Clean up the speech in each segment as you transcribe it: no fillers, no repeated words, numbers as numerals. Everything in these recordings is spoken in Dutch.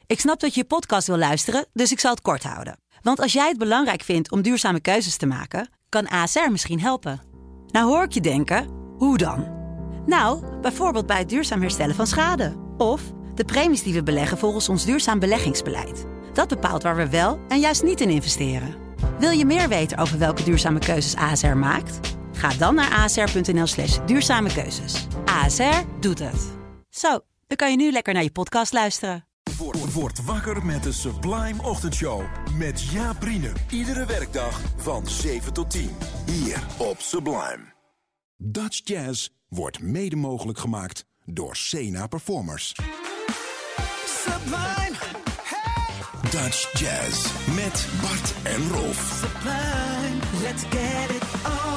Ik snap dat je podcast wil luisteren, dus ik zal het kort houden. Want als jij het belangrijk vindt om duurzame keuzes te maken, kan ASR misschien helpen. Nou hoor ik je denken, hoe dan? Nou, bijvoorbeeld bij het duurzaam herstellen van schade. Of de premies die we beleggen volgens ons duurzaam beleggingsbeleid. Dat bepaalt waar we wel en juist niet in investeren. Wil je meer weten over welke duurzame keuzes ASR maakt? Ga dan naar asr.nl/duurzame keuzes. ASR doet het. Zo, dan kan je nu lekker naar je podcast luisteren. Word wakker met de Sublime Ochtendshow. Met Jaap Brienen. Iedere werkdag van 7 tot 10. Hier op Sublime. Dutch Jazz wordt mede mogelijk gemaakt door Sena Performers. Sublime, hey! Dutch Jazz met Bart en Rolf. Sublime, let's get it on.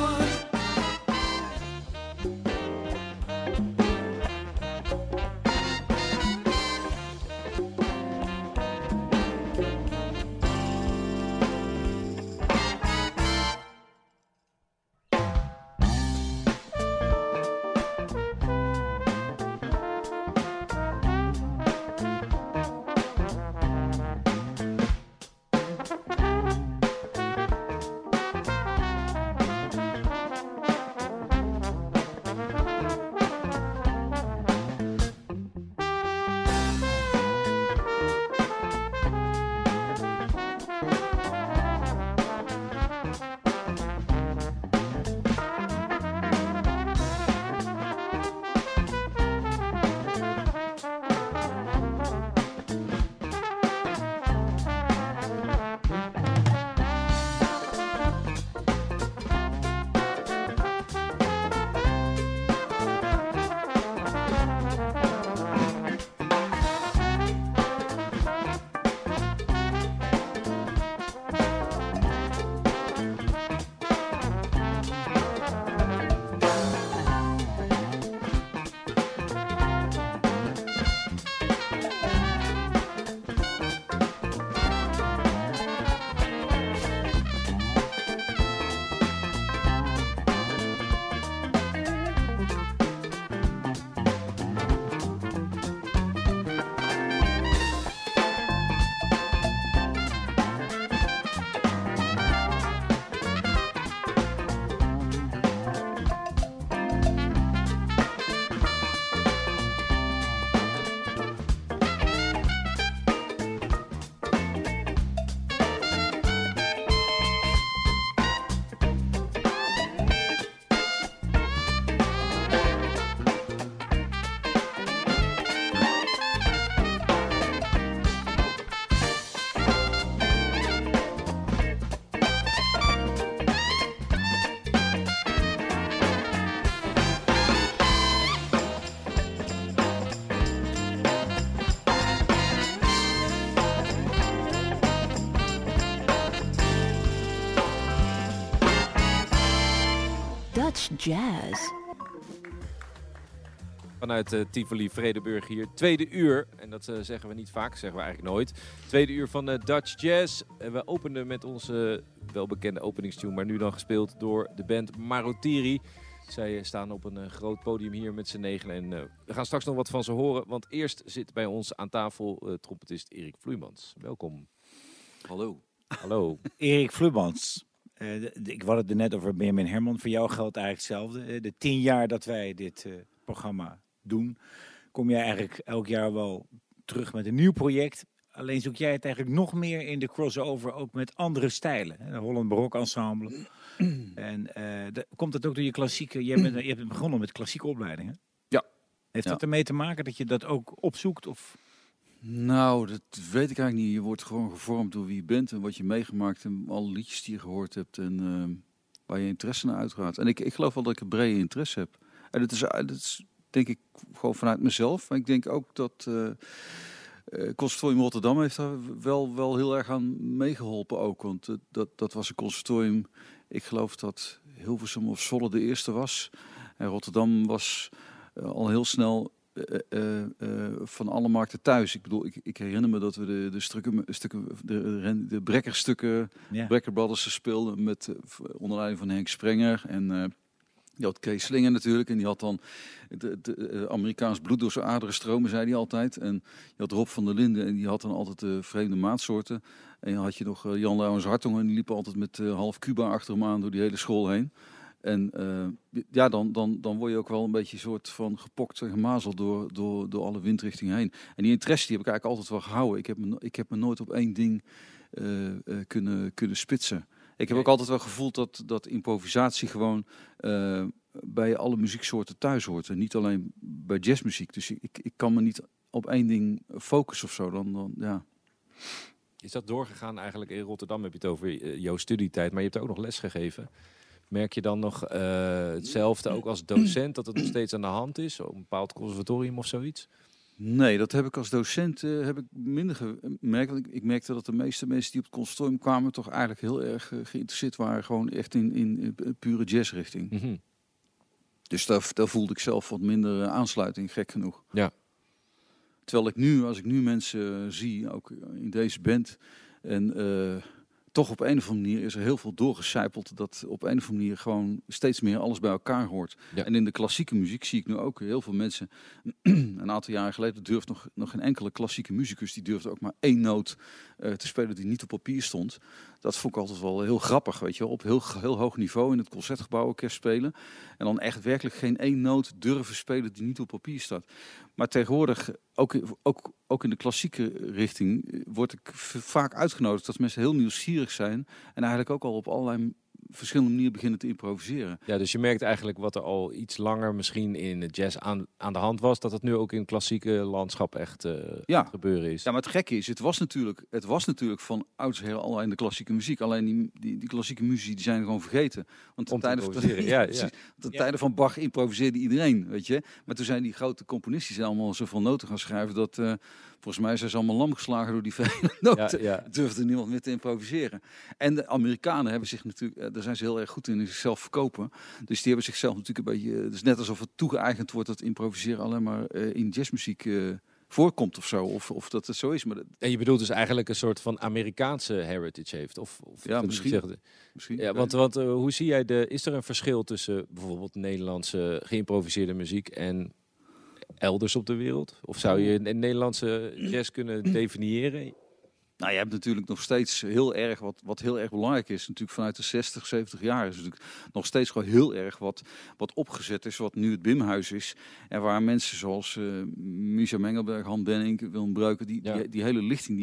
Dutch Jazz. Vanuit Tivoli Vredenburg hier. Tweede uur. En dat zeggen we niet vaak, zeggen we eigenlijk nooit. Tweede uur van Dutch Jazz. We openden met onze welbekende openingstune, maar nu dan gespeeld door de band Marotiri. Zij staan op een groot podium hier met z'n negen. En we gaan straks nog wat van ze horen. Want eerst zit bij ons aan tafel trompetist Erik Vloeimans. Welkom. Hallo. Hallo. Erik Vloeimans. Ik had het er net over Benjamin Herman. Voor jou geldt eigenlijk hetzelfde. De 10 jaar dat wij dit programma doen, kom jij eigenlijk elk jaar wel terug met een nieuw project. Alleen zoek jij het eigenlijk nog meer in de crossover, ook met andere stijlen. De Holland Barok Ensemble. En komt dat ook door je klassieke... Je hebt begonnen met klassieke opleidingen. Ja. Heeft dat ermee te maken dat je dat ook opzoekt? Of? Nou, dat weet ik eigenlijk niet. Je wordt gewoon gevormd door wie je bent en wat je meegemaakt en alle liedjes die je gehoord hebt en waar je interesse naar uitgaat. En ik geloof wel dat ik een brede interesse heb. En dat is denk ik gewoon vanuit mezelf. Maar ik denk ook dat Conservatorium Rotterdam heeft daar wel heel erg aan meegeholpen ook. Want dat was een conservatorium. Ik geloof dat Hilversum of Zwolle de eerste was. En Rotterdam was al heel snel van alle markten thuis. Ik bedoel, ik herinner me dat we de Brekkerstukken, Brekker Brothers speelden met onder leiding van Henk Sprenger. En Je had Kees Slinger natuurlijk en die had dan de Amerikaans bloed door zijn aderen stromen, zei hij altijd. En je had Rob van der Linden en die had dan altijd de vreemde maatsoorten. En dan had je nog Jan Lauwens Hartong en die liep altijd met half Cuba achter hem aan door die hele school heen. En dan word je ook wel een beetje een soort van gepokt en gemazeld door alle windrichtingen heen. En die interesse die heb ik eigenlijk altijd wel gehouden. Ik heb me nooit op één ding kunnen spitsen. Ik heb ook altijd wel gevoeld dat improvisatie gewoon bij alle muzieksoorten thuis hoort. En niet alleen bij jazzmuziek. Dus ik kan me niet op één ding focussen of zo. Dan. Is dat doorgegaan eigenlijk in Rotterdam? Heb je het over jouw studietijd, maar je hebt ook nog les gegeven. Merk je dan nog hetzelfde ook als docent, dat het nog steeds aan de hand is? Op een bepaald conservatorium of zoiets? Nee, dat heb ik als docent minder gemerkt. Want ik merkte dat de meeste mensen die op het conservatorium kwamen toch eigenlijk heel erg geïnteresseerd waren. Gewoon echt in pure jazzrichting. Mm-hmm. Dus daar voelde ik zelf wat minder aansluiting, gek genoeg. Ja. Terwijl als ik nu mensen zie, ook in deze band, en toch op een of andere manier is er heel veel doorgecijpeld dat op een of andere manier gewoon steeds meer alles bij elkaar hoort. Ja. En in de klassieke muziek zie ik nu ook heel veel mensen. Een aantal jaren geleden durfde nog geen enkele klassieke muzikus die durfde ook maar één noot te spelen die niet op papier stond. Dat vond ik altijd wel heel grappig, weet je, op heel hoog niveau in het Concertgebouworkest spelen. En dan echt werkelijk geen één noot durven spelen die niet op papier staat. Maar tegenwoordig, ook in de klassieke richting, word ik vaak uitgenodigd dat mensen heel nieuwsgierig zijn. En eigenlijk ook al op allerlei verschillende manieren beginnen te improviseren. Ja, dus je merkt eigenlijk wat er al iets langer misschien in de jazz aan de hand was, dat het nu ook in het klassieke landschap echt gebeuren is. Ja, maar het gekke is, het was natuurlijk van oudsher al in de klassieke muziek. Alleen die klassieke muziek die zijn gewoon vergeten. Want ten tijde van Bach improviseerde iedereen, weet je. Maar toen zijn die grote componisten zijn allemaal zoveel noten gaan schrijven dat volgens mij zijn ze allemaal lam geslagen door die vele noten. Durfde niemand meer te improviseren. En de Amerikanen hebben zich natuurlijk, daar zijn ze heel erg goed in zichzelf verkopen. Dus die hebben zichzelf natuurlijk een beetje, het is net alsof het toegeëigend wordt dat improviseren alleen maar in jazzmuziek voorkomt of zo. Of dat het zo is. Maar en je bedoelt dus eigenlijk een soort van Amerikaanse heritage heeft? Of ja, misschien. Ja, want hoe zie jij is er een verschil tussen bijvoorbeeld Nederlandse geïmproviseerde muziek en elders op de wereld? Of zou je een Nederlandse jazz kunnen definiëren? Nou, je hebt natuurlijk nog steeds heel erg, wat heel erg belangrijk is, natuurlijk vanuit de 60, 70 jaar, is natuurlijk nog steeds gewoon heel erg wat opgezet is, wat nu het Bimhuis is. En waar mensen zoals Misha Mengelberg, Han Benning, Willem Breuken, die hele lichting,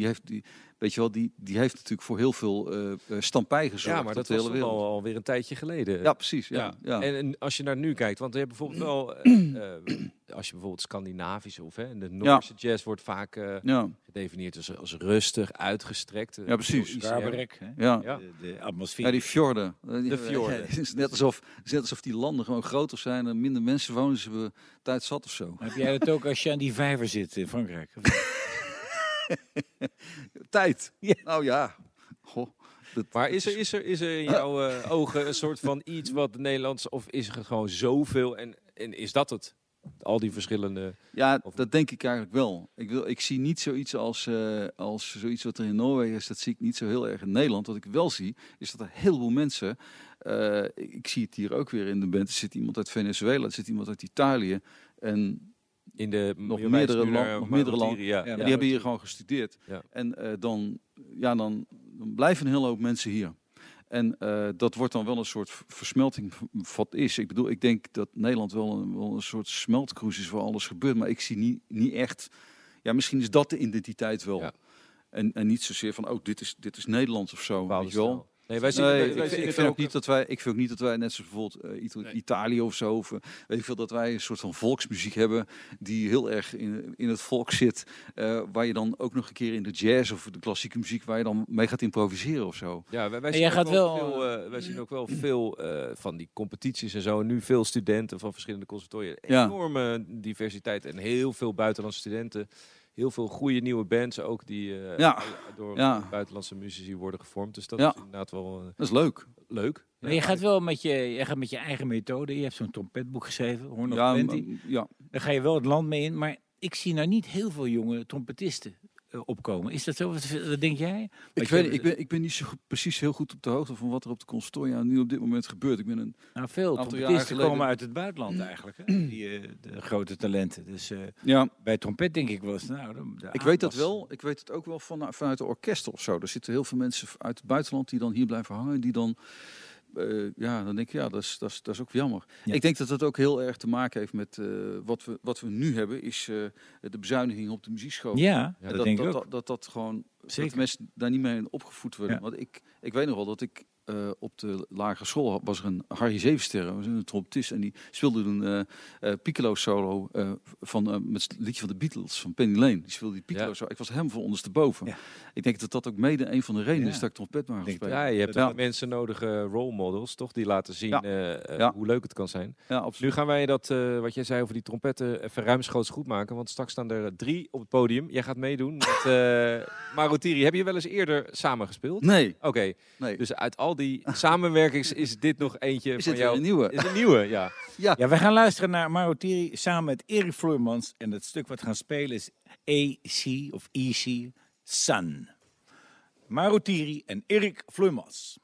die heeft natuurlijk voor heel veel stampij gezorgd. Ja, maar dat was alweer een tijdje geleden. Ja, precies. Ja. En als je naar nu kijkt, want je hebt bijvoorbeeld wel, als je bijvoorbeeld Scandinavische of de Noorse jazz wordt vaak gedefinieerd als rustig, uitgestrekt. Ja, precies. Garberek, de atmosfeer. Ja, die fjorden. De fjorden. Het is net alsof die landen gewoon groter zijn en minder mensen wonen, ze hebben tijd zat of zo. Heb jij dat ook als je aan die vijver zit in Frankrijk? Tijd. Ja. Nou ja. Goh, maar is er in jouw ogen een soort van iets wat Nederlands, of is er gewoon zoveel en is dat het? Al die verschillende... Ja, dat denk ik eigenlijk wel. Ik zie niet zoiets als zoiets wat er in Noorwegen is. Dat zie ik niet zo heel erg in Nederland. Wat ik wel zie, is dat er heel veel mensen... ik zie het hier ook weer in de band. Er zit iemand uit Venezuela, er zit iemand uit Italië. En in de nog meerdere landen. Ja, die hebben hier gewoon gestudeerd. Ja. En dan blijven een hele hoop mensen hier. En dat wordt dan wel een soort versmelting wat is. Ik denk dat Nederland wel een soort smeltkroes is waar alles gebeurt. Maar ik zie niet echt... Ja, misschien is dat de identiteit wel. Ja. En niet zozeer van, dit is Nederlands of zo. Weet je wel? Nee, ik vind ook niet dat wij net zoals bijvoorbeeld Italië of zo, of weet ik veel, dat wij een soort van volksmuziek hebben die heel erg in het volk zit, waar je dan ook nog een keer in de jazz of de klassieke muziek waar je dan mee gaat improviseren of zo. Ja, wij zien ook wel veel van die competities en zo. En nu veel studenten van verschillende conservatoria. Enorme diversiteit en heel veel buitenlandse studenten. Heel veel goede nieuwe bands ook die door buitenlandse muzici worden gevormd. Dus dat is inderdaad wel... dat is leuk. Leuk. Maar je gaat wel met je eigen methode. Je hebt zo'n trompetboek geschreven, Horn of Plenty. Daar ga je wel het land mee in. Maar ik zie nou niet heel veel jonge trompetisten. opkomen. Is dat zo? Wat denk jij? Ik ben niet zo precies heel goed op de hoogte van wat er op de conservatoria nu op dit moment gebeurt. Ik ben een Nou, veel aantal jaren trompetisten geleden- komen uit het buitenland eigenlijk. Hè? De grote talenten. Dus ja. bij trompet denk ik wel eens... Nou, Ik weet dat wel. Ik weet het ook wel vanuit de orkesten of zo. Er zitten heel veel mensen uit het buitenland die dan hier blijven hangen. Die dan, dan denk ik, dat is ook jammer. Ja. Ik denk dat dat ook heel erg te maken heeft met wat we nu hebben. Is de bezuiniging op de muziekschool. Ja, Ja, dat denk ik ook. Dat gewoon, Zeker. dat mensen daar niet mee in opgevoed worden. Ja. Want ik weet nog wel dat ik op de lagere school was er een Harry Zevensterre, was een trompetist, en die speelde een piccolo solo met het liedje van de Beatles, van Penny Lane. Die speelde die piccolo Ja. solo. Ik was hem van ondersteboven. Ja. Ik denk dat dat ook mede een van de redenen Ja. is dat ik trompet maar ga Denk spelen. Ja, je hebt Ja. ook mensen nodige role models, toch? Die laten zien Ja. hoe leuk het kan zijn. Ja, Nu absoluut. gaan wij dat, wat jij zei over die trompetten, even ruimschoots goed maken. Want straks staan er 3 op het podium. Jij gaat meedoen met Marotiri. Heb je wel eens eerder samen gespeeld? Nee, Oké, nee. dus uit al die samenwerkings is dit nog eentje Is van dit weer jou. een nieuwe? Is een nieuwe, ja. Ja, wij gaan luisteren naar Marotiri samen met Erik Vloermans. En het stuk wat we gaan spelen is AC of EC Sun. Marotiri en Erik Vloermans.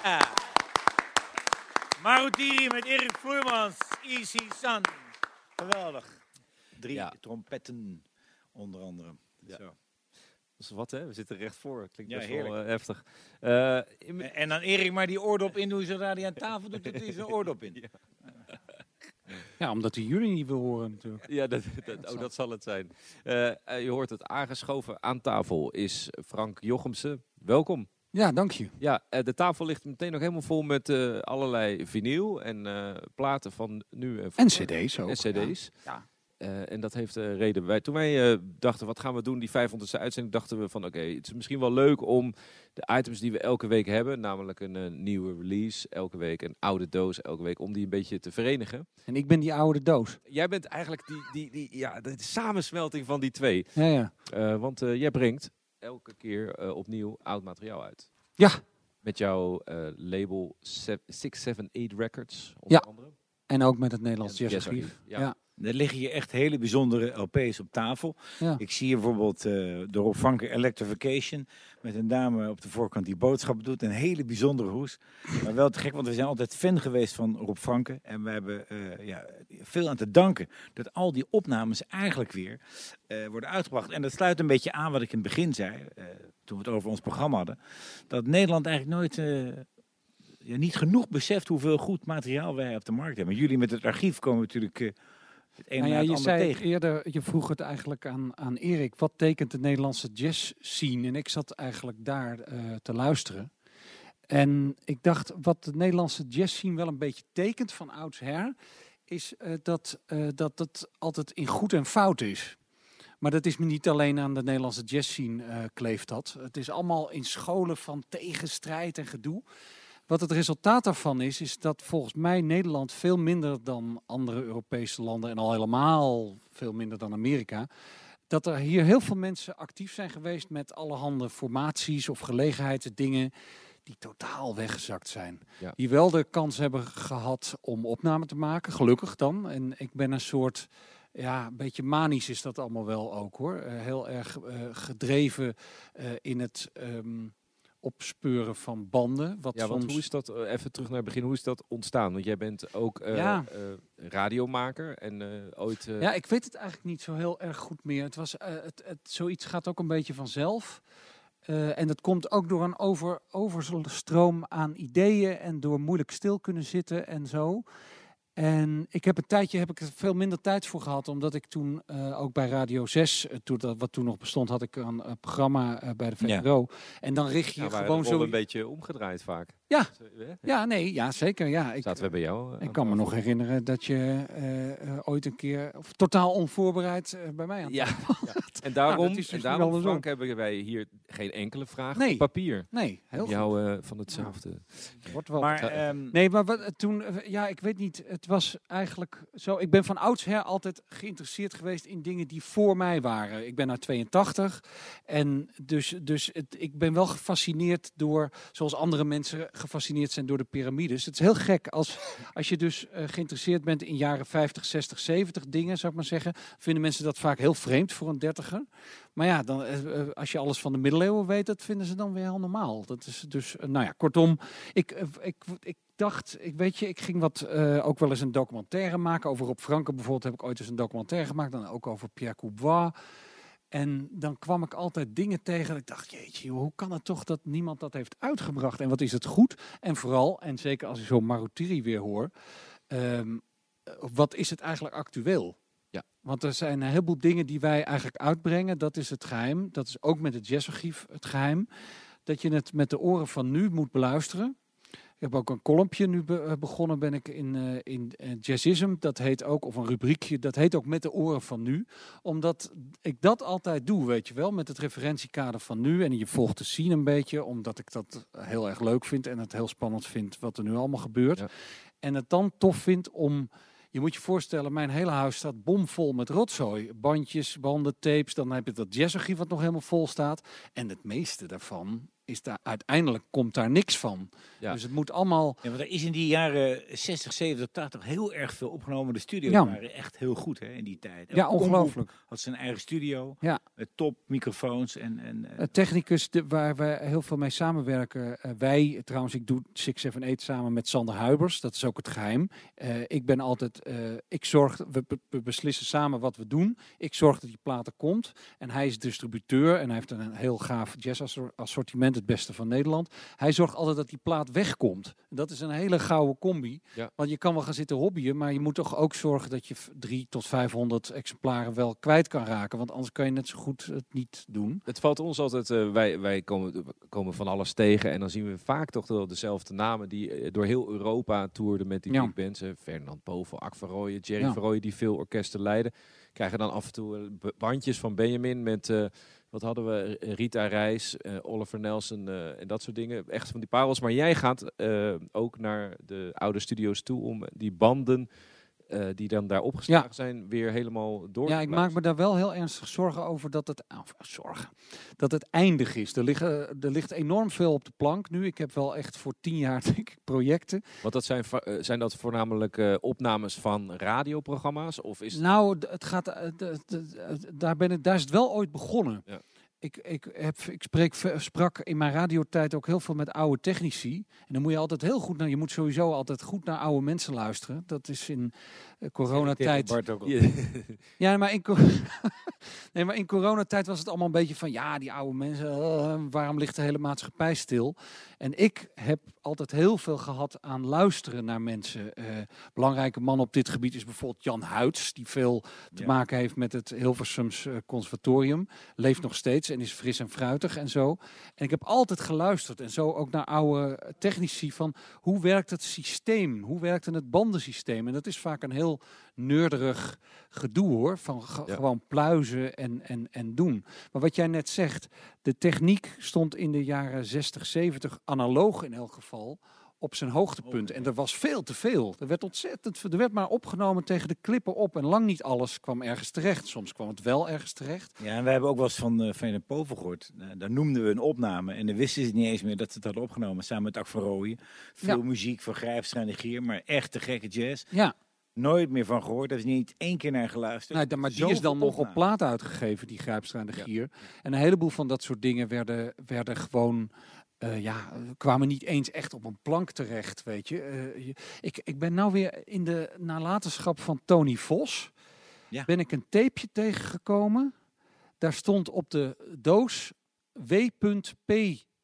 Marutiri met Erik Vloeimans, Easy Sun. Geweldig. 3 trompetten, onder andere. Ja. Zo. Dat is wat, hè? We zitten recht voor. Klinkt Ja, best wel heerlijk. heftig. En dan Erik maar die oordop in doen zodra hij aan tafel doet, doet hij zijn oordop in. Ja, omdat hij jullie niet wil horen natuurlijk. Ja, dat zal het zijn. Je hoort het aangeschoven aan tafel is Frank Jochemsen. Welkom. Ja, dank je. Ja, de tafel ligt meteen nog helemaal vol met allerlei vinyl en platen van nu en En vroeger. cd's ook. En cd's. Ja. En dat heeft reden. Toen wij dachten, wat gaan we doen, die 500ste uitzending, dachten we van oké, het is misschien wel leuk om de items die we elke week hebben, namelijk een nieuwe release elke week, een oude doos elke week, om die een beetje te verenigen. En ik ben die oude doos. Jij bent eigenlijk de samensmelting van die twee. Ja. Want jij brengt elke keer opnieuw oud materiaal uit. Ja. Met jouw label 678 Records, onder andere. En ook met het Nederlands En Jazzarchief. ja. Er liggen hier echt hele bijzondere LP's op tafel. Ja. Ik zie hier bijvoorbeeld de Rob Vanker Electrification. Met een dame op de voorkant die boodschappen doet. Een hele bijzondere hoes. Maar wel te gek, want we zijn altijd fan geweest van Rob Vanker. En we hebben veel aan te danken dat al die opnames eigenlijk weer worden uitgebracht. En dat sluit een beetje aan wat ik in het begin zei. Toen we het over ons programma hadden. Dat Nederland eigenlijk nooit... niet genoeg beseft hoeveel goed materiaal wij op de markt hebben. Jullie met het archief komen natuurlijk het een na het je ander zei tegen. eerder, je vroeg het eigenlijk aan Erik. Wat tekent de Nederlandse jazz scene? En ik zat eigenlijk daar te luisteren. En ik dacht, wat de Nederlandse jazz scene wel een beetje tekent van oudsher, is dat het altijd in goed en fout is. Maar dat is niet alleen aan de Nederlandse jazz scene kleeft dat. Het is allemaal in scholen van tegenstrijd en gedoe. Wat het resultaat daarvan is dat volgens mij Nederland veel minder dan andere Europese landen en al helemaal veel minder dan Amerika, dat er hier heel veel mensen actief zijn geweest met allerhande formaties of gelegenheidsdingen die totaal weggezakt zijn. Ja. Die wel de kans hebben gehad om opname te maken, gelukkig dan. En ik ben een soort, een beetje manisch is dat allemaal wel ook hoor. Heel erg gedreven in het... opspeuren van banden. Want hoe is dat, even terug naar het begin, hoe is dat ontstaan? Want jij bent ook radiomaker en ooit... Ja, ik weet het eigenlijk niet zo heel erg goed meer. Het was, zoiets gaat ook een beetje vanzelf. En dat komt ook door een overstroom aan ideeën en door moeilijk stil kunnen zitten en zo. En ik heb er veel minder tijd voor gehad, omdat ik toen ook bij Radio 6, wat toen nog bestond, had ik een programma bij de VPRO. Ja. En dan richt je gewoon zo... een beetje omgedraaid vaak. Ja, zeker. Ja. Zaten we bij jou? Ik kan me nog herinneren dat je ooit een keer, totaal onvoorbereid bij mij aan tafel had. En daarom Frank, hebben wij hier geen enkele vraag op papier. Nee, heel goed. Jou van hetzelfde. Wordt wel. Maar, toen, ik weet niet, het was eigenlijk zo. Ik ben van oudsher altijd geïnteresseerd geweest in dingen die voor mij waren. Ik ben uit 82 en dus ik ben wel gefascineerd door, zoals andere mensen gefascineerd zijn door de piramides. Het is heel gek als je dus geïnteresseerd bent in jaren 50, 60, 70 dingen, zou ik maar zeggen, vinden mensen dat vaak heel vreemd voor een 30er. Maar ja, dan, als je alles van de middeleeuwen weet, dat vinden ze dan weer heel normaal. Dat is dus, kortom, ik dacht, ik ging ook wel eens een documentaire maken. Over Rob Franke bijvoorbeeld heb ik ooit eens een documentaire gemaakt. Dan ook over Pierre Coubois. En dan kwam ik altijd dingen tegen. Dat ik dacht, jeetje, hoe kan het toch dat niemand dat heeft uitgebracht? En wat is het goed? En vooral, en zeker als ik zo Marutiri weer hoor, wat is het eigenlijk actueel? Ja. Want er zijn een heleboel dingen die wij eigenlijk uitbrengen. Dat is het geheim. Dat is ook met het jazzarchief het geheim. Dat je het met de oren van nu moet beluisteren. Ik heb ook een kolompje nu begonnen, ben ik in Jazzism. Dat heet ook, of een rubriekje, dat heet ook met de oren van nu. Omdat ik dat altijd doe, weet je wel, met het referentiekader van nu. En je volgt de scene een beetje, omdat ik dat heel erg leuk vind en het heel spannend vind wat er nu allemaal gebeurt. Ja. En het dan tof vind om... Je moet je voorstellen, mijn hele huis staat bomvol met rotzooi. Bandjes, banden, tapes. Dan heb je dat jazzarchief wat nog helemaal vol staat. En het meeste daarvan uiteindelijk komt daar niks van. Ja. Dus het moet allemaal... Ja, want er is in die jaren 60, 70, 80 heel erg veel opgenomen. De studio's Ja. waren echt heel goed in die tijd. Ja, Elke ongelooflijk. omroep had zijn eigen studio. Ja. Met topmicrofoons. Technicus waar we heel veel mee samenwerken. Wij, trouwens, ik doe 678 samen met Sander Huibers. Dat is ook het geheim. Ik ben altijd... we beslissen samen wat we doen. Ik zorg dat die platen komt. En hij is distributeur. En hij heeft een heel gaaf jazz-assortiment. Het beste van Nederland. Hij zorgt altijd dat die plaat wegkomt. Dat is een hele gouden combi. Ja. Want je kan wel gaan zitten hobbyen. Maar je moet toch ook zorgen dat je 300 tot 500 exemplaren wel kwijt kan raken. Want anders kan je net zo goed het niet doen. Het valt ons altijd, wij komen van alles tegen en dan zien we vaak toch wel dezelfde namen die door heel Europa toerden met die big bands. Fernand Povel, Ak van Rooyen, Jerry van Rooyen, die veel orkesten leiden. Krijgen dan af en toe bandjes van Benjamin met, wat hadden we, Rita Reis, Oliver Nelson en dat soort dingen. Echt van die parels. Maar jij gaat ook naar de oude studio's toe om die banden... die dan daar opgeslagen zijn, weer helemaal door. Ja, ik maak me daar wel heel ernstig zorgen over dat het eindig is. Er ligt enorm veel op de plank nu. Ik heb wel echt voor 10 jaar denk ik projecten. Want dat zijn dat voornamelijk opnames van radioprogramma's? Of is Nou, het gaat, daar is het wel ooit begonnen. Ja. Ik sprak in mijn radiotijd ook heel veel met oude technici. En dan moet je altijd heel goed naar... Je moet sowieso altijd goed naar oude mensen luisteren. Dat is in coronatijd... Bart ook al. Ja, maar in coronatijd was het allemaal een beetje van... Ja, die oude mensen, waarom ligt de hele maatschappij stil? En ik heb altijd heel veel gehad aan luisteren naar mensen. Belangrijke man op dit gebied is bijvoorbeeld Jan Huids... die veel te maken heeft met het Hilversums Conservatorium. Leeft nog steeds en is fris en fruitig en zo. En ik heb altijd geluisterd en zo ook naar oude technici van... hoe werkt het systeem? Hoe werkt het bandensysteem? En dat is vaak een heel neurderig gedoe hoor. Van gewoon pluizen en doen. Maar wat jij net zegt, de techniek stond in de jaren 60, 70 analoog in elk geval op zijn hoogtepunt. En er was veel te veel. Er werd maar opgenomen tegen de klippen op. En lang niet alles kwam ergens terecht. Soms kwam het wel ergens terecht. Ja, en wij hebben ook wel eens van Fernand Povel gehoord. Daar noemden we een opname. En dan wisten ze niet eens meer dat ze het hadden opgenomen. Samen met Ak van Rooyen. Veel muziek van Grijpstra en de Gier. Maar echt de gekke jazz. Ja. Nooit meer van gehoord. Daar is niet 1 keer naar geluisterd. Nou, maar die is dan nog op plaat uitgegeven, die Grijpstra en de Gier. En een heleboel van dat soort dingen werden gewoon... kwamen niet eens echt op een plank terecht, weet je. Ik ben nou weer in de nalatenschap van Tony Vos. Ja. Ben ik een tapeje tegengekomen. Daar stond op de doos W.P.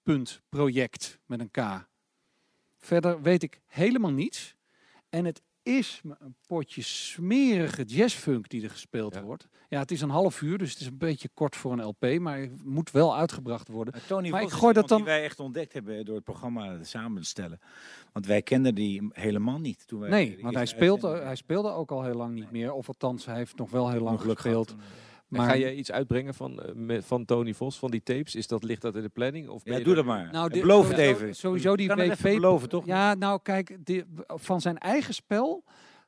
project met een K. Verder weet ik helemaal niets. En het is me een potje smerige jazzfunk die er gespeeld wordt. Ja, het is een half uur, dus het is een beetje kort voor een LP, maar het moet wel uitgebracht worden. Tony maar Vos ik gooi dat dan... die wij echt ontdekt hebben door het programma samen te stellen. Want wij kenden die helemaal niet. Toen wij want hij speelde ook al heel lang niet meer. Of althans, hij heeft nog wel heel lang gespeeld. Maar ga je iets uitbrengen van Tony Vos, van die tapes? Ligt dat in de planning? Of doe dat maar. Nou, beloof het even. Sowieso die WP beloven, toch? Ja, nou kijk, van zijn eigen spel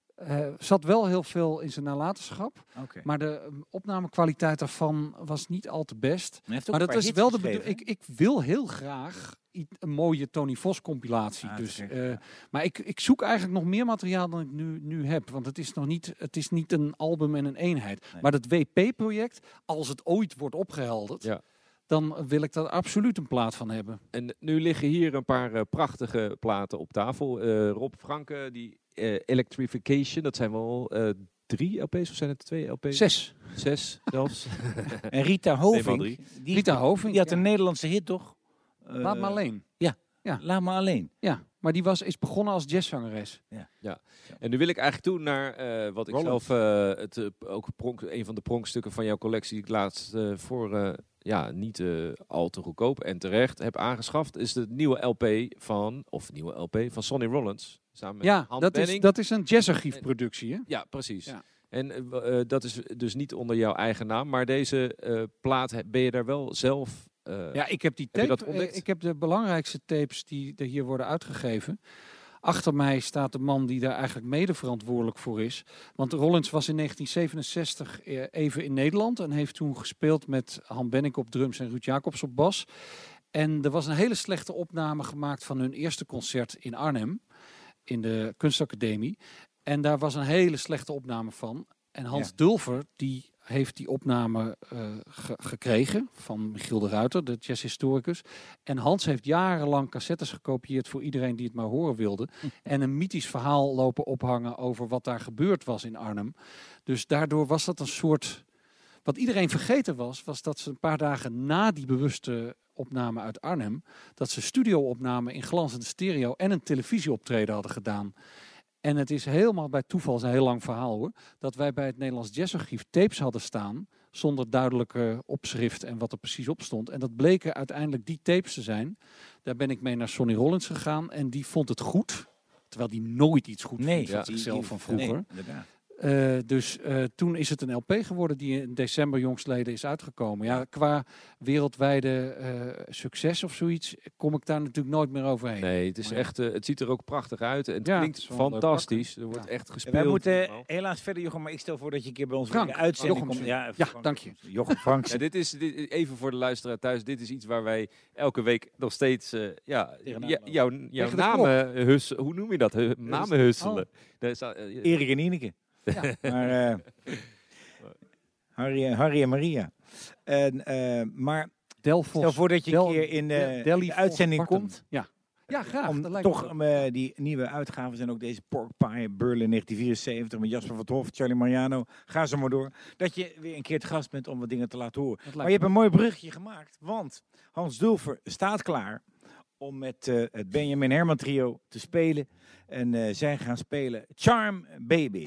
zat wel heel veel in zijn nalatenschap. Okay. Maar de opnamekwaliteit daarvan was niet al te best. Maar dat is wel de bedoeling. Ik wil heel graag een mooie Tony Vos compilatie. Maar ik zoek eigenlijk nog meer materiaal dan ik nu heb. Want het is niet een album en een eenheid. Nee. Maar dat WP-project, als het ooit wordt opgehelderd... dan wil ik daar absoluut een plaat van hebben. En nu liggen hier een paar prachtige platen op tafel. Rob Franke, die Electrification, dat zijn wel 3 LP's of zijn het 2 LP's? 6 zelfs. En Rita Hovink, die had een Nederlandse hit, toch? Laat me alleen. Ja, Laat me alleen. Ja, maar die is begonnen als jazzzangeres. Ja. En nu wil ik eigenlijk toe naar wat ik zelf een van de pronkstukken van jouw collectie die ik laatst voor niet al te goedkoop en terecht heb aangeschaft, is de nieuwe LP van Sonny Rollins. Samen met Han Benning. Dat is een jazzarchiefproductie, hè? Ja, precies. Ja. En dat is dus niet onder jouw eigen naam, maar deze plaat ben je daar wel zelf... ik heb die tape. Ik heb de belangrijkste tapes die er hier worden uitgegeven. Achter mij staat de man die daar eigenlijk mede verantwoordelijk voor is. Want Rollins was in 1967 even in Nederland en heeft toen gespeeld met Han Benning op drums en Ruud Jacobs op bas. En er was een hele slechte opname gemaakt van hun eerste concert in Arnhem. In de Kunstacademie. En daar was een hele slechte opname van. En Hans Dulfer, die heeft die opname gekregen van Michiel de Ruiter, de jazzhistoricus. En Hans heeft jarenlang cassettes gekopieerd voor iedereen die het maar horen wilde. En een mythisch verhaal lopen ophangen over wat daar gebeurd was in Arnhem. Dus daardoor was dat een soort... Wat iedereen vergeten was dat ze een paar dagen na die bewuste opname uit Arnhem, dat ze studio-opnamen in glanzende stereo en een televisieoptreden hadden gedaan. En het is helemaal bij toeval, is een heel lang verhaal hoor, dat wij bij het Nederlands Jazzarchief tapes hadden staan, zonder duidelijke opschrift en wat er precies op stond. En dat bleken uiteindelijk die tapes te zijn. Daar ben ik mee naar Sonny Rollins gegaan en die vond het goed. Terwijl die nooit iets goed vond van zichzelf van vroeger. Nee, inderdaad. Dus toen is het een LP geworden die in december jongstleden is uitgekomen. Ja, qua wereldwijde succes of zoiets kom ik daar natuurlijk nooit meer overheen. Nee, het is echt, het ziet er ook prachtig uit. En het Ja, klinkt het is wel een leuk fantastisch. Er wordt echt gespeeld. Wij moeten allemaal. helaas verder, Jochem, maar ik stel voor dat je een keer bij ons Frank, in de uitzending Jochem. komt. Ja, Frank, dank je. Jochem Franks. Ja, dit, even voor de luisteraar thuis. Dit is iets waar wij elke week nog steeds jouw Tegen de namen husselen. Hoe noem je dat? Namen husselen. Daar is, Erik en Ineke. Ja. Maar Harry en Maria. Maar Delphos, stel voor dat je een keer in Delhi de uitzending Barton. komt. Ja, graag. Dat Om lijkt me toch goed. die nieuwe uitgaven zijn ook deze Pork Pie Berlin 1974 met Jasper van 't Hof, Charlie Mariano. Ga zo maar door. Dat je weer een keer te gast bent om wat dingen te laten horen. Dat Maar lijkt je hebt me een mooi brugje gemaakt. Want Hans Dulfer staat klaar om met het Benjamin Herman trio te spelen. En zij gaan spelen Charm Baby.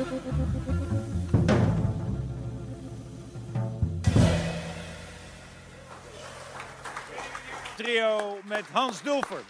Trio met Hans Dulfer.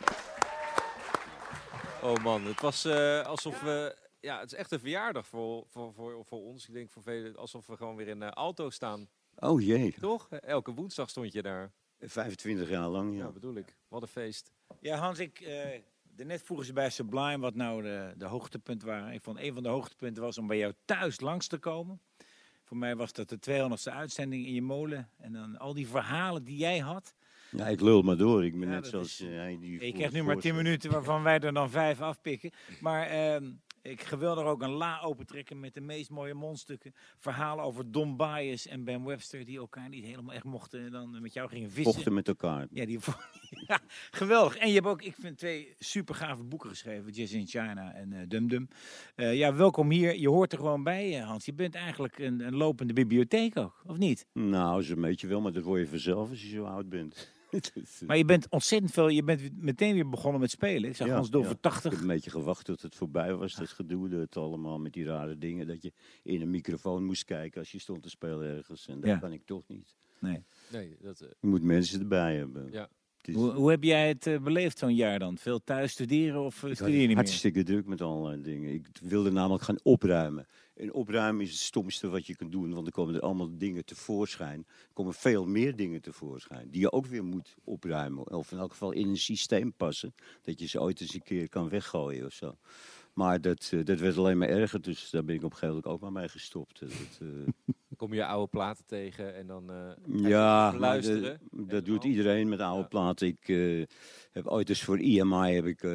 Oh man, het was alsof we... Ja, het is echt een verjaardag voor ons. Ik denk voor velen alsof we gewoon weer in Alto staan. Oh jee, Toch? Elke woensdag stond je daar. 25 jaar lang, Ja, ja. bedoel ik. Wat een feest. Ja, Hans, daarnet vroegen ze bij Sublime wat nou de hoogtepunten waren. Ik vond een van de hoogtepunten was om bij jou thuis langs te komen. Voor mij was dat de 200ste uitzending in je molen. En dan al die verhalen die jij had. Ja, ik lul maar door. Ik ben Ja, net dat zoals is- hij die... Je krijgt nu maar 10 minuten waarvan wij er dan 5 afpikken. Maar ik geweldig ook een la opentrekken met de meest mooie mondstukken. Verhalen over Don Byas en Ben Webster die elkaar niet helemaal echt mochten. En dan met jou gingen vissen. vochten met elkaar. Ja, ja, geweldig. En je hebt ook, ik vind, 2 super gave boeken geschreven. Jazz in China en Dum Dum. Ja, welkom hier. Je hoort er gewoon bij, Hans. Je bent eigenlijk een lopende bibliotheek ook, of niet? Nou, zo'n beetje wel, maar dat word je vanzelf als je zo oud bent. Maar je bent ontzettend veel, je bent meteen weer begonnen met spelen. Ik zag Ja, Hans Dulfer ja. Ik 80. heb een beetje gewacht tot het voorbij was, dat gedoe. Dat allemaal met die rare dingen. Dat je in een microfoon moest kijken als je stond te spelen ergens. En dat Ja. kan ik toch niet. Nee. Nee, dat... Je moet mensen erbij hebben. Ja. Het is Hoe heb jij het beleefd zo'n jaar dan? Veel thuis studeren of ik had studeer je niet meer? hartstikke druk met allerlei dingen. Ik wilde namelijk gaan opruimen. En opruimen is het stomste wat je kunt doen. Want er komen er allemaal dingen tevoorschijn. Er komen veel meer dingen tevoorschijn. Die je ook weer moet opruimen. Of in elk geval in een systeem passen. Dat je ze ooit eens een keer kan weggooien of zo. Maar dat werd alleen maar erger. Dus daar ben ik op een gegeven moment ook maar mee gestopt. Kom je oude platen tegen en dan Ja, even maar luisteren. dat doet iedereen met oude Ja. platen. Ik heb ooit eens voor EMI heb ik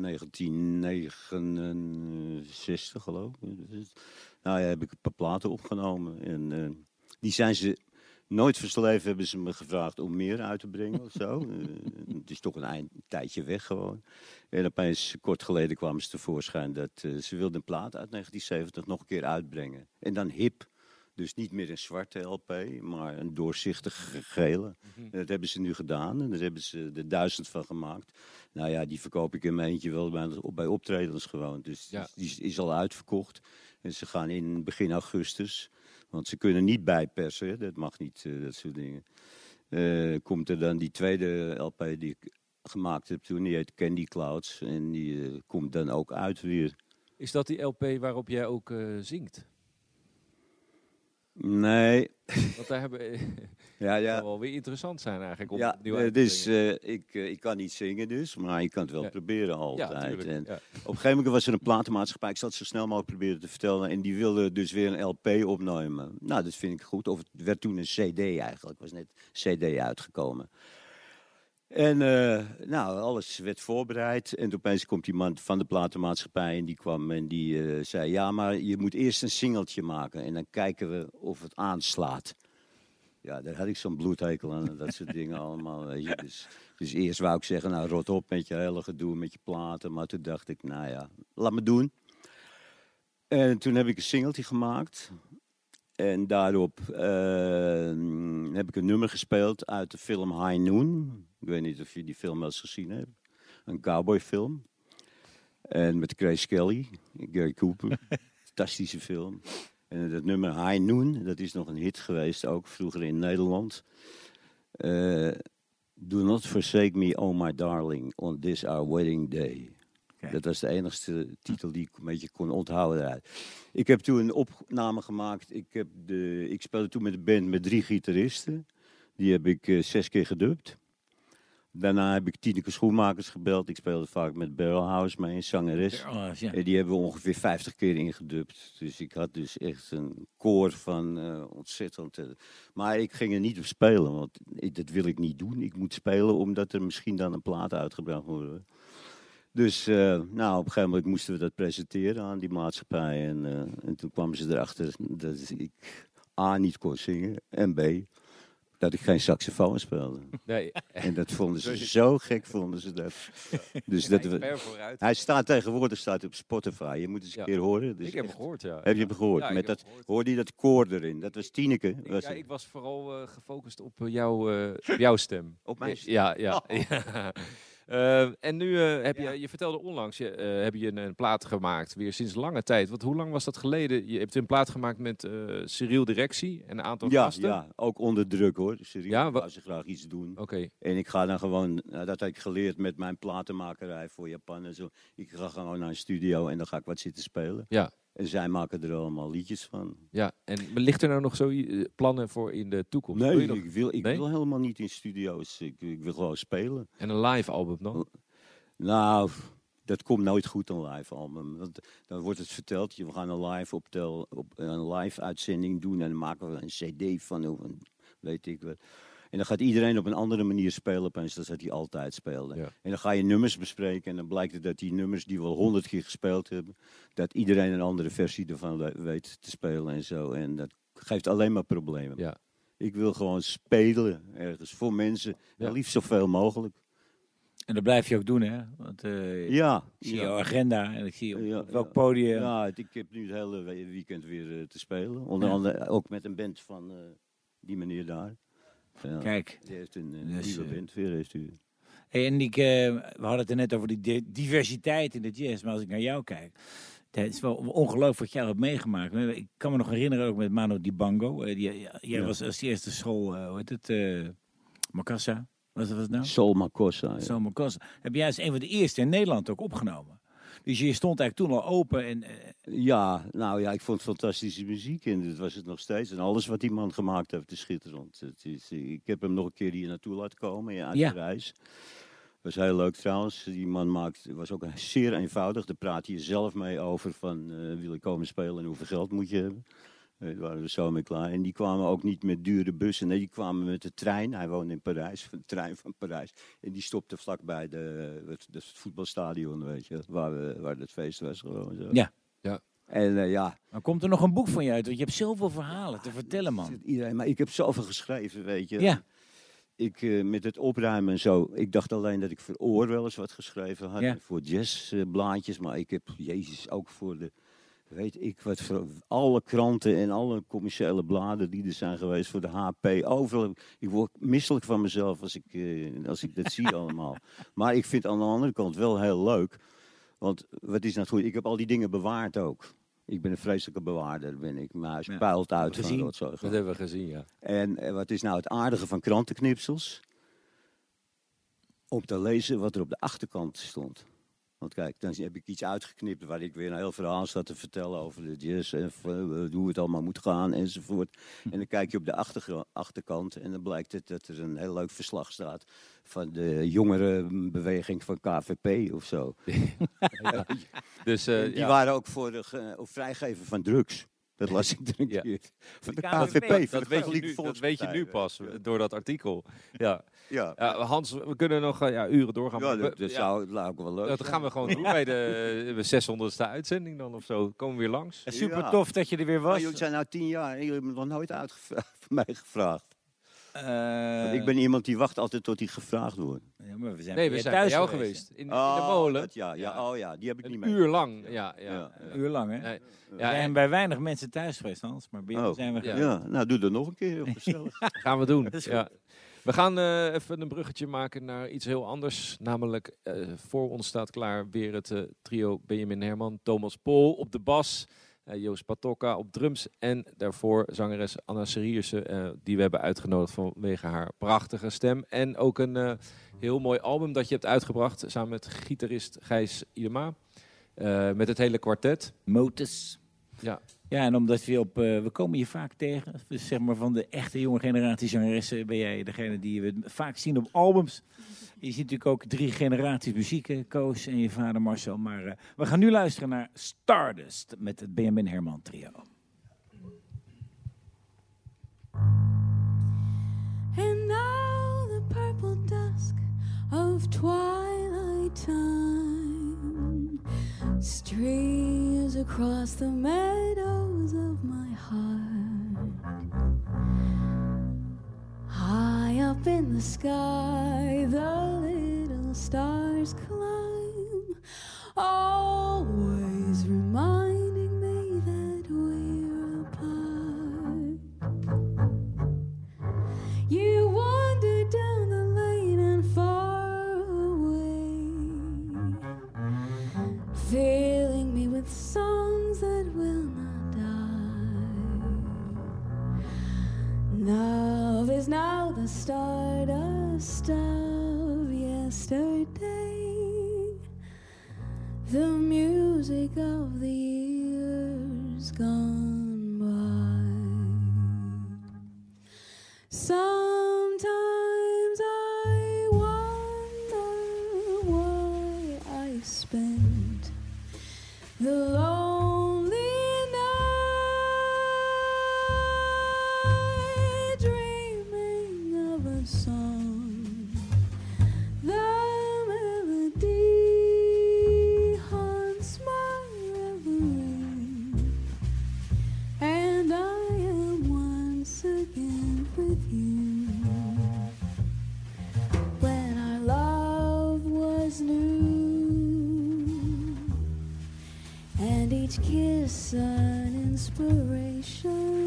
1969 geloof ik. Nou ja, heb ik een paar platen opgenomen. En die zijn ze nooit versleven, hebben ze me gevraagd om meer uit te brengen of zo. Het is toch een tijdje weg gewoon. En opeens, kort geleden kwamen ze tevoorschijn dat ze wilden een plaat uit 1970 nog een keer uitbrengen. En dan hip. Dus niet meer een zwarte LP, maar een doorzichtige gele. En dat hebben ze nu gedaan en daar hebben ze er 1000 van gemaakt. Nou ja, die verkoop ik in mijn eentje wel bij optredens gewoon. Dus Ja. die is al uitverkocht. En ze gaan in begin augustus, want ze kunnen niet bijpersen, hè. Dat mag niet, dat soort dingen. Komt er dan die tweede LP die ik gemaakt heb toen, die heet Candy Clouds. En die komt dan ook uit weer. Is dat die LP waarop jij ook zingt? Nee. Want daar hebben... Ja, Dat zou wel weer interessant zijn eigenlijk om Ja, opnieuw uit te dus brengen. ik kan niet zingen dus, maar je kan het wel Ja. proberen altijd. Ja, tuurlijk. En Ja. op een gegeven moment was er een platenmaatschappij, ik zal het zo snel mogelijk proberen te vertellen, en die wilde dus weer een LP opnemen. Nou, dat vind ik goed. Of het werd toen een CD eigenlijk, was net CD uitgekomen. En nou, alles werd voorbereid. En opeens komt iemand van de platenmaatschappij en die kwam en die zei, ja, maar je moet eerst een singeltje maken en dan kijken we of het aanslaat. Ja, daar had ik zo'n bloedhekel aan en dat soort dingen allemaal. Weet je. Dus eerst wou ik zeggen, nou, rot op met je hele gedoe, met je platen. Maar toen dacht ik, nou ja, laat me doen. En toen heb ik een singeltje gemaakt. En daarop heb ik een nummer gespeeld uit de film High Noon. Ik weet niet of je die film wel eens gezien hebt. Een cowboyfilm. En met Grace Kelly, Gary Cooper. Fantastische film. En dat nummer High Noon, dat is nog een hit geweest, ook vroeger in Nederland. Do not forsake me, oh my darling, on this our wedding day. Kijk. Dat was de enigste titel die ik een beetje kon onthouden eruit. Ik heb toen een opname gemaakt. Ik speelde toen met een band met 3 gitaristen. Die heb ik 6 keer gedubt. Daarna heb ik Tineke Schoenmakers gebeld. Ik speelde vaak met Barrelhouse mee, een zangeres. Ja. En die hebben we ongeveer 50 keer ingedubt. Dus ik had dus echt een koor van ontzettend... maar ik ging er niet op spelen, want dat wil ik niet doen. Ik moet spelen omdat er misschien dan een plaat uitgebracht moet worden. Dus nou, op een gegeven moment moesten we dat presenteren aan die maatschappij. En toen kwamen ze erachter dat ik A, niet kon zingen en B, dat ik geen saxofoon speelde. Nee. En dat vonden ze zo gek, vonden ze dat. Dus dat Ver vooruit. hij staat tegenwoordig op Spotify. Je moet eens een Ja. keer horen. Dus Ik heb hem echt- gehoord, ja. Heb je hem gehoord? Ja, ik Met heb dat, hem gehoord. hoorde je dat koor erin? Dat was Tineke. Ik was vooral gefocust op jouw stem. Op mijn stem? Ja. En nu heb je vertelde onlangs, heb je een plaat gemaakt, weer sinds lange tijd. Want hoe lang was dat geleden? Je hebt een plaat gemaakt met Cyril Directie en een aantal gasten. Ja, ook onder druk hoor. Cyril Ja, wou ze graag iets doen. Oké. En ik ga dan gewoon, dat heb ik geleerd met mijn platenmakerij voor Japan en zo. Ik ga gewoon naar een studio en dan ga ik wat zitten spelen. Ja. En zij maken er allemaal liedjes van. Ja, en ligt er nou nog zo plannen voor in de toekomst? Nee, Wil je nog- ik wil helemaal niet in studio's. Ik wil gewoon spelen. En een live album dan? Nou, dat komt nooit goed, een live album. Want dan wordt het verteld, we gaan een live uitzending doen en dan maken we een cd van, of weet ik wat. En dan gaat iedereen op een andere manier spelen opeens dan dat hij altijd speelde. Ja. En dan ga je nummers bespreken en dan blijkt het dat die nummers die we al 100 keer gespeeld hebben, dat iedereen een andere versie ervan weet te spelen en zo. En dat geeft alleen maar problemen. Ja. Ik wil gewoon spelen ergens voor mensen, Ja. liefst zoveel mogelijk. En dat blijf je ook doen, hè? Want Ja. ik zie jouw agenda en ik zie Ja, op welk ja. podium. Ja, ik heb nu het hele weekend weer te spelen. Onder andere ook met een band van die meneer daar. Ja, Kijk. die heeft een Dus, nieuwe band weer. Heeft u. Hey, en we hadden het er net over die diversiteit in de jazz. Maar als ik naar jou kijk, het is wel ongelooflijk wat jij hebt meegemaakt. Ik kan me nog herinneren ook met Manu Dibango. Jij was als eerste school, hoe heet het? Makassa. Wat was het nou? Soul Makossa. Ja. Soul Makossa. Heb jij als een van de eerste in Nederland ook opgenomen. Dus je stond eigenlijk toen al open. En, Ja, nou ja, ik vond fantastische muziek en dat was het nog steeds. En alles wat die man gemaakt heeft is schitterend. Ik heb hem nog een keer hier naartoe laten komen, uit de reis. Was heel leuk trouwens. Die man was ook zeer eenvoudig. Daar praat je zelf mee over van wil ik komen spelen en hoeveel geld moet je hebben. Daar waren we zo mee klaar. En die kwamen ook niet met dure bussen. Nee, die kwamen met de trein. Hij woonde in Parijs, de trein van Parijs. En die stopte vlakbij het voetbalstadion, weet je. Waar het feest was. Gewoon zo. Ja. En Maar komt er nog een boek van je uit? Want je hebt zoveel verhalen te vertellen, man. Iedereen, maar ik heb zoveel geschreven, weet je. Ja. Met het opruimen en zo. Ik dacht alleen dat ik voor Oor wel eens wat geschreven had. Ja. En voor jazzblaadjes. Maar ik heb, Jezus, ook voor de... Weet ik wat, voor alle kranten en alle commerciële bladen die er zijn geweest voor de HP. Overal. Ik word misselijk van mezelf als ik dat zie allemaal. Maar ik vind het aan de andere kant wel heel leuk. Want wat is nou goed? Ik heb al die dingen bewaard ook. Ik ben een vreselijke bewaarder, ben ik. Mijn huis puilt uit van rotzooi. Dat hebben we gezien, ja. En wat is nou het aardige van krantenknipsels? Om te lezen wat er op de achterkant stond. Want kijk, dan heb ik iets uitgeknipt waar ik weer een heel verhaal zat te vertellen over de jazz en hoe het allemaal moet gaan enzovoort. En dan kijk je op de achterkant en dan blijkt het dat er een heel leuk verslag staat van de jongerenbeweging van KVP of zo. Ja. Dus, die waren ook voor vrijgeven van drugs. Dat las ik er een keer. Van de KVP. Dat weet je nu pas, door dat artikel. Ja. Hans, we kunnen nog uren doorgaan. Ja, dat lijkt ook wel leuk. Dat gaan we gewoon doen bij de 600ste uitzending dan of zo. Komen we weer langs. Super tof dat je er weer was. Maar jullie zijn nou 10 jaar en jullie hebben me nog nooit van mij gevraagd. Want ik ben iemand die wacht altijd tot hij gevraagd wordt. Ja, maar we zijn bij jou geweest. In de molen. Die heb ik niet mee. Een uur lang. Een uur lang, hè? Nee. We zijn bij weinig mensen thuis geweest, Hans. Maar bij jou zijn we geweest. Ja, nou doe dat nog een keer. Gezellig. Gaan we doen. Ja. We gaan even een bruggetje maken naar iets heel anders. Namelijk, voor ons staat klaar weer het trio Benjamin Herman, Thomas Pol op de bas. Joost Patokka op drums en daarvoor zangeres Anna Serierse, die we hebben uitgenodigd vanwege haar prachtige stem. En ook een heel mooi album dat je hebt uitgebracht samen met gitarist Gijs Idema. Met het hele kwartet. Motus. Ja. Ja, en omdat we komen je vaak tegen. Dus zeg maar van de echte jonge generatie zangeressen ben jij degene die we vaak zien op albums. Je ziet natuurlijk ook 3 generaties muziek, Koos en je vader Marcel. Maar we gaan nu luisteren naar Stardust met het Benjamin Herman trio. And now the purple dusk of twilight time streams across the meadows of my heart. High up in the sky, the little stars climb, always reminding me that we're apart. You wander down the lane and far away, is now the stardust of yesterday, the music of the years gone by. Sometimes I wonder why I spent the lonely night dreaming of a song. The melody haunts my reverie, and I am once again with you. When our love was new, and each kiss an inspiration.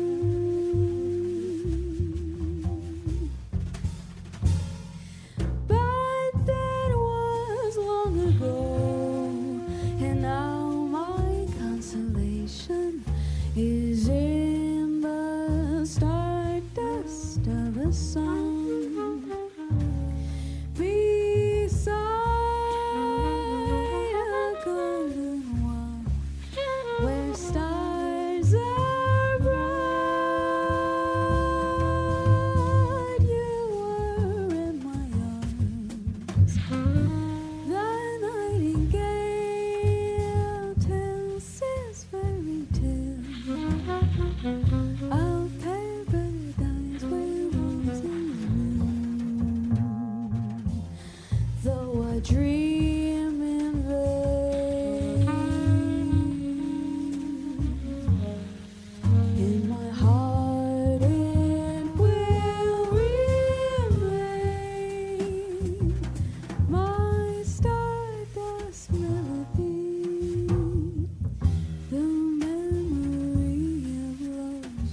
But that was long ago, and now my consolation is in the stardust of a song. Beside a golden wall where stars are bright, you were in my arms. The nightingale tells his fairy tale of paradise where roses bloom. Though I dream in vain, in my heart it will remain, my stardust melody, the memory of love's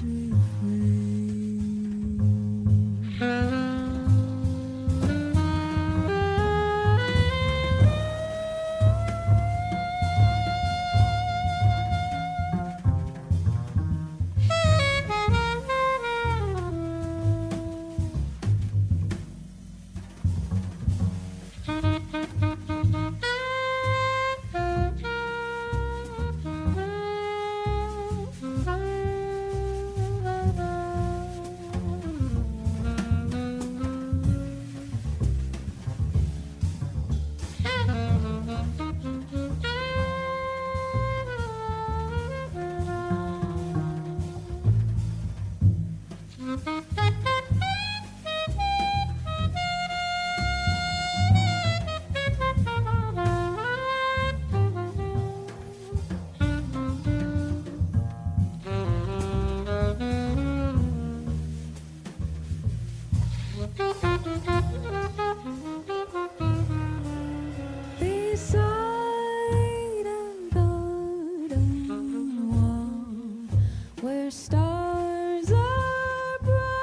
beside a garden wall where stars are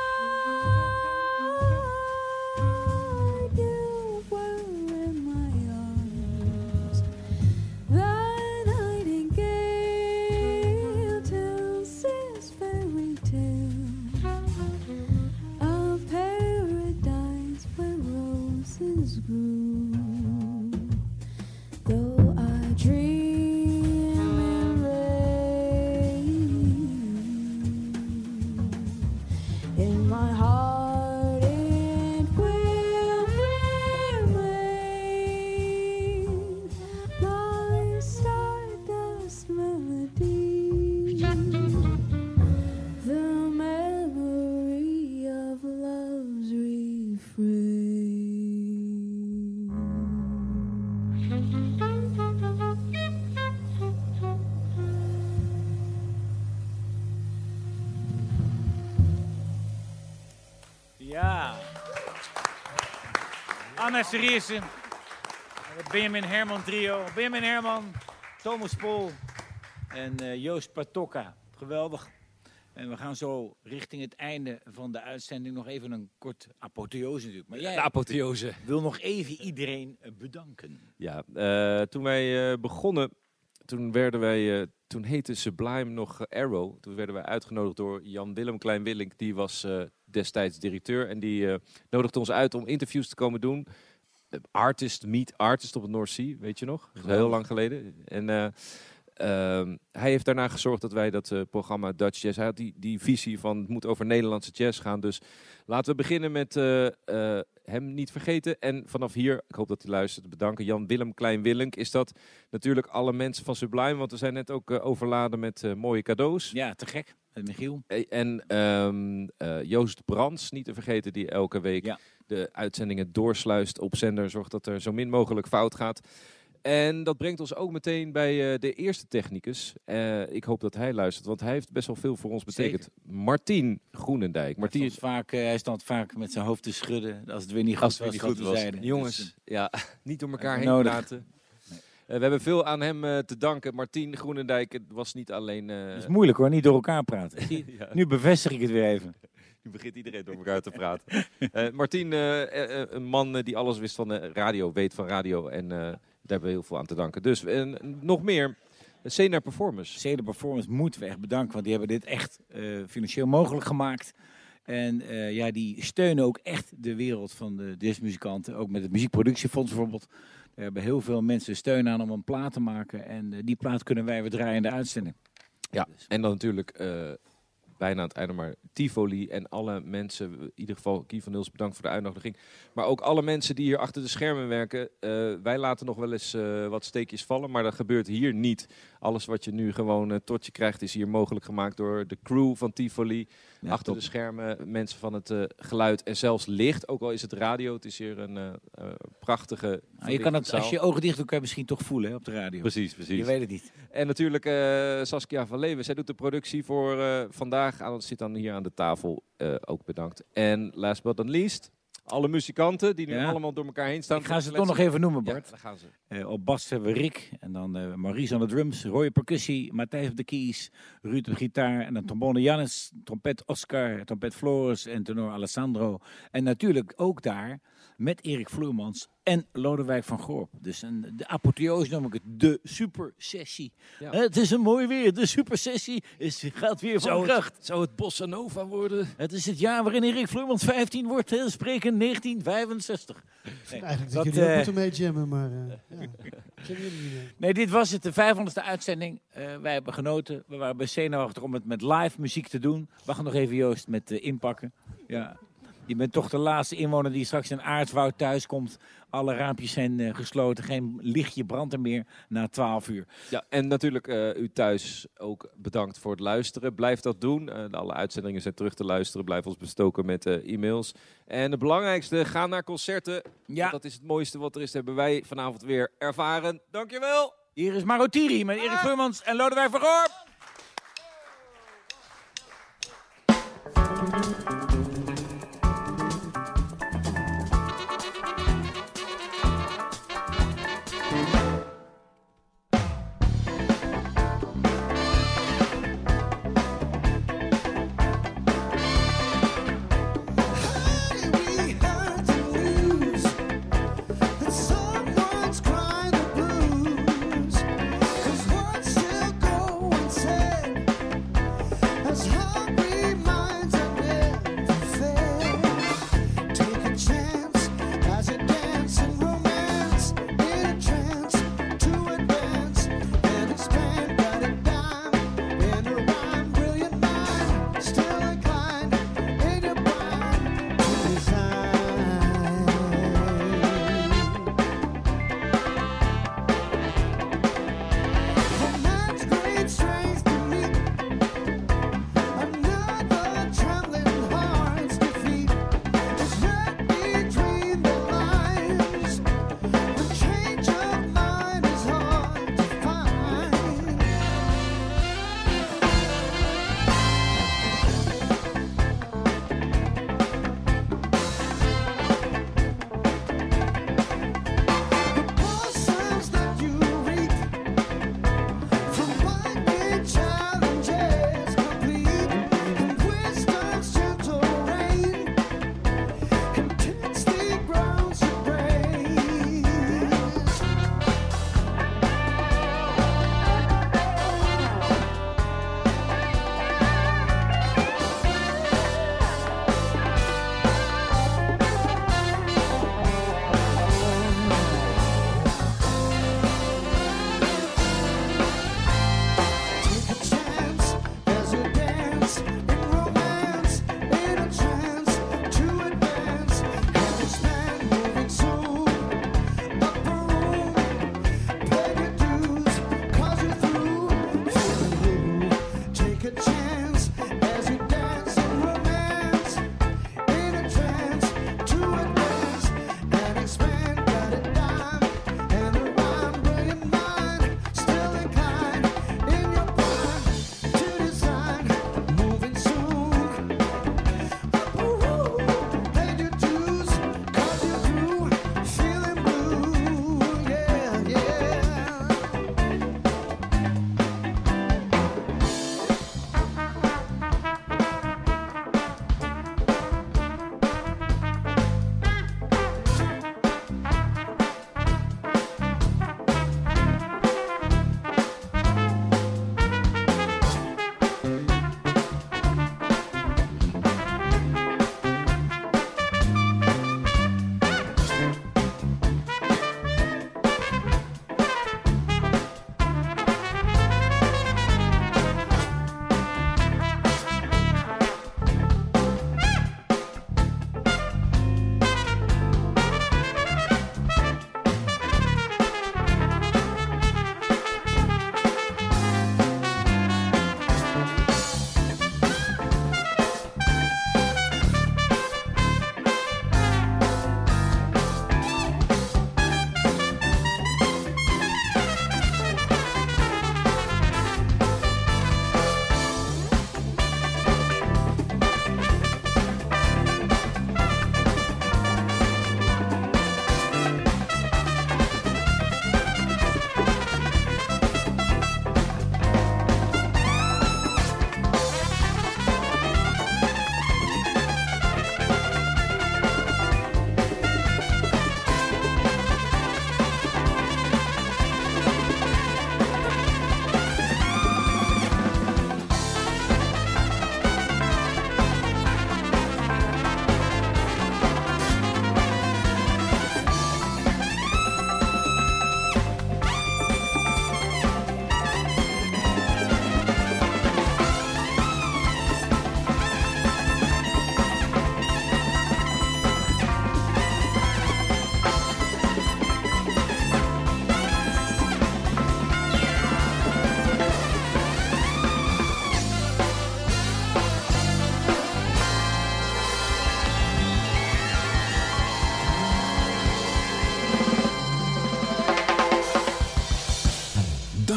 bright, you were in my arms. The nightingale tells his fairy tale of paradise where roses grew. Though I dream in rain, in my heart it will remain, my stardust melody, the memory of love's refrain. Ja. Anna Serissen. Het Benjamin Herman trio. Benjamin Herman, Thomas Pol en Joost Patokka. Geweldig. En we gaan zo richting het einde van de uitzending nog even een kort apotheose natuurlijk. Maar jij De apotheose. wil nog even iedereen bedanken. Ja, toen wij begonnen toen heette Sublime nog Arrow. Toen werden wij uitgenodigd door Jan-Willem Klein-Willink. Die was destijds directeur en die nodigde ons uit om interviews te komen doen. Artist meet artist op het North Sea, weet je nog? Dat is heel lang geleden. En hij heeft daarna gezorgd dat wij dat programma Dutch Jazz... Hij had die visie van het moet over Nederlandse jazz gaan. Dus laten we beginnen met hem niet vergeten. En vanaf hier, ik hoop dat hij luistert, bedanken. Jan-Willem Klein-Willink is dat natuurlijk alle mensen van Sublime. Want we zijn net ook overladen met mooie cadeaus. Ja, te gek. Met Michiel. En Joost Brands, niet te vergeten, die elke week de uitzendingen doorsluist op zender. Zorgt dat er zo min mogelijk fout gaat. En dat brengt ons ook meteen bij de eerste technicus. Ik hoop dat hij luistert, want hij heeft best wel veel voor ons betekend. Zeker. Martien Groenendijk. Hij stond vaak met zijn hoofd te schudden als het weer niet goed was. Zeiden. Jongens, dus, niet door elkaar heen praten. We hebben veel aan hem te danken. Martien Groenendijk was niet alleen... Het is moeilijk hoor, niet door elkaar praten. Ja. Nu bevestig ik het weer even. Nu begint iedereen door elkaar te praten. Martien, een man die alles wist van radio, weet van radio. En daar hebben we heel veel aan te danken. Dus nog meer, Sena Performance. Sena Performance moeten we echt bedanken, want die hebben dit echt financieel mogelijk gemaakt. En die steunen ook echt de wereld van de jazzmuzikanten. Ook met het Muziekproductiefonds bijvoorbeeld. Daar hebben heel veel mensen steun aan om een plaat te maken. En die plaat kunnen wij weer draaien in de uitzending. Ja, dus. En dan natuurlijk bijna aan het einde maar Tivoli en alle mensen. In ieder geval Guy van Nils, bedankt voor de uitnodiging. Maar ook alle mensen die hier achter de schermen werken. Wij laten nog wel eens wat steekjes vallen, maar dat gebeurt hier niet. Alles wat je nu gewoon tot je krijgt is hier mogelijk gemaakt door de crew van Tivoli. Ja, achter de schermen, mensen van het geluid en zelfs licht. Ook al is het radio, het is hier een prachtige... Je kan het, als je ogen dicht doet, kan je misschien toch voelen hè, op de radio. Precies. Je weet het niet. En natuurlijk Saskia van Leeuwen. Zij doet de productie voor vandaag. Zit dan hier aan de tafel. Ook bedankt. En last but not least... alle muzikanten die nu allemaal door elkaar heen staan. Ik ga ze toch nog even noemen, Bart. Ja, daar gaan ze. Op bas hebben we Rick. En dan Maurice aan de drums. Roy percussie. Matthijs op de keys. Ruud op gitaar. En dan trombone Jannes. Trompet Oscar. Trompet Floris. En tenor Alessandro. En natuurlijk ook daar met Erik Vloeimans en Lodewijk van Gorp. Dus de apotheose noem ik het. De supersessie. Ja. Het is een mooi weer. De supersessie gaat weer van kracht. Zou het Bossa Nova worden? Het is het jaar waarin Erik Vloeimans 15 wordt. Hè? Spreken 1965. Nee, eigenlijk dat jullie ook moeten mee jammen, maar... Nee, dit was het, de 500ste uitzending. Wij hebben genoten. We waren bij zenuwachtig om het met live muziek te doen. Wacht nog even, Joost, met inpakken. Ja. Je bent toch de laatste inwoner die straks in Aartswoud thuis komt. Alle raampjes zijn gesloten. Geen lichtje brandt er meer na 12 uur. Ja, en natuurlijk u thuis ook bedankt voor het luisteren. Blijf dat doen. Alle uitzendingen zijn terug te luisteren. Blijf ons bestoken met e-mails. En het belangrijkste, ga naar concerten. Ja. Dat is het mooiste wat er is. Dat hebben wij vanavond weer ervaren. Dankjewel. Hier is Marotiri met Erik Vloeimans en Lodewijk van Gorp. As hungry minds are dead.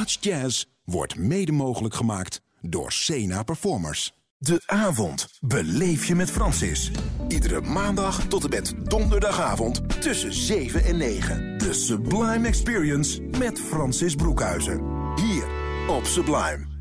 Dutch Jazz wordt mede mogelijk gemaakt door Sena Performers. De avond beleef je met Francis. Iedere maandag tot en met donderdagavond tussen 7 en 9. De Sublime Experience met Francis Broekhuizen. Hier op Sublime.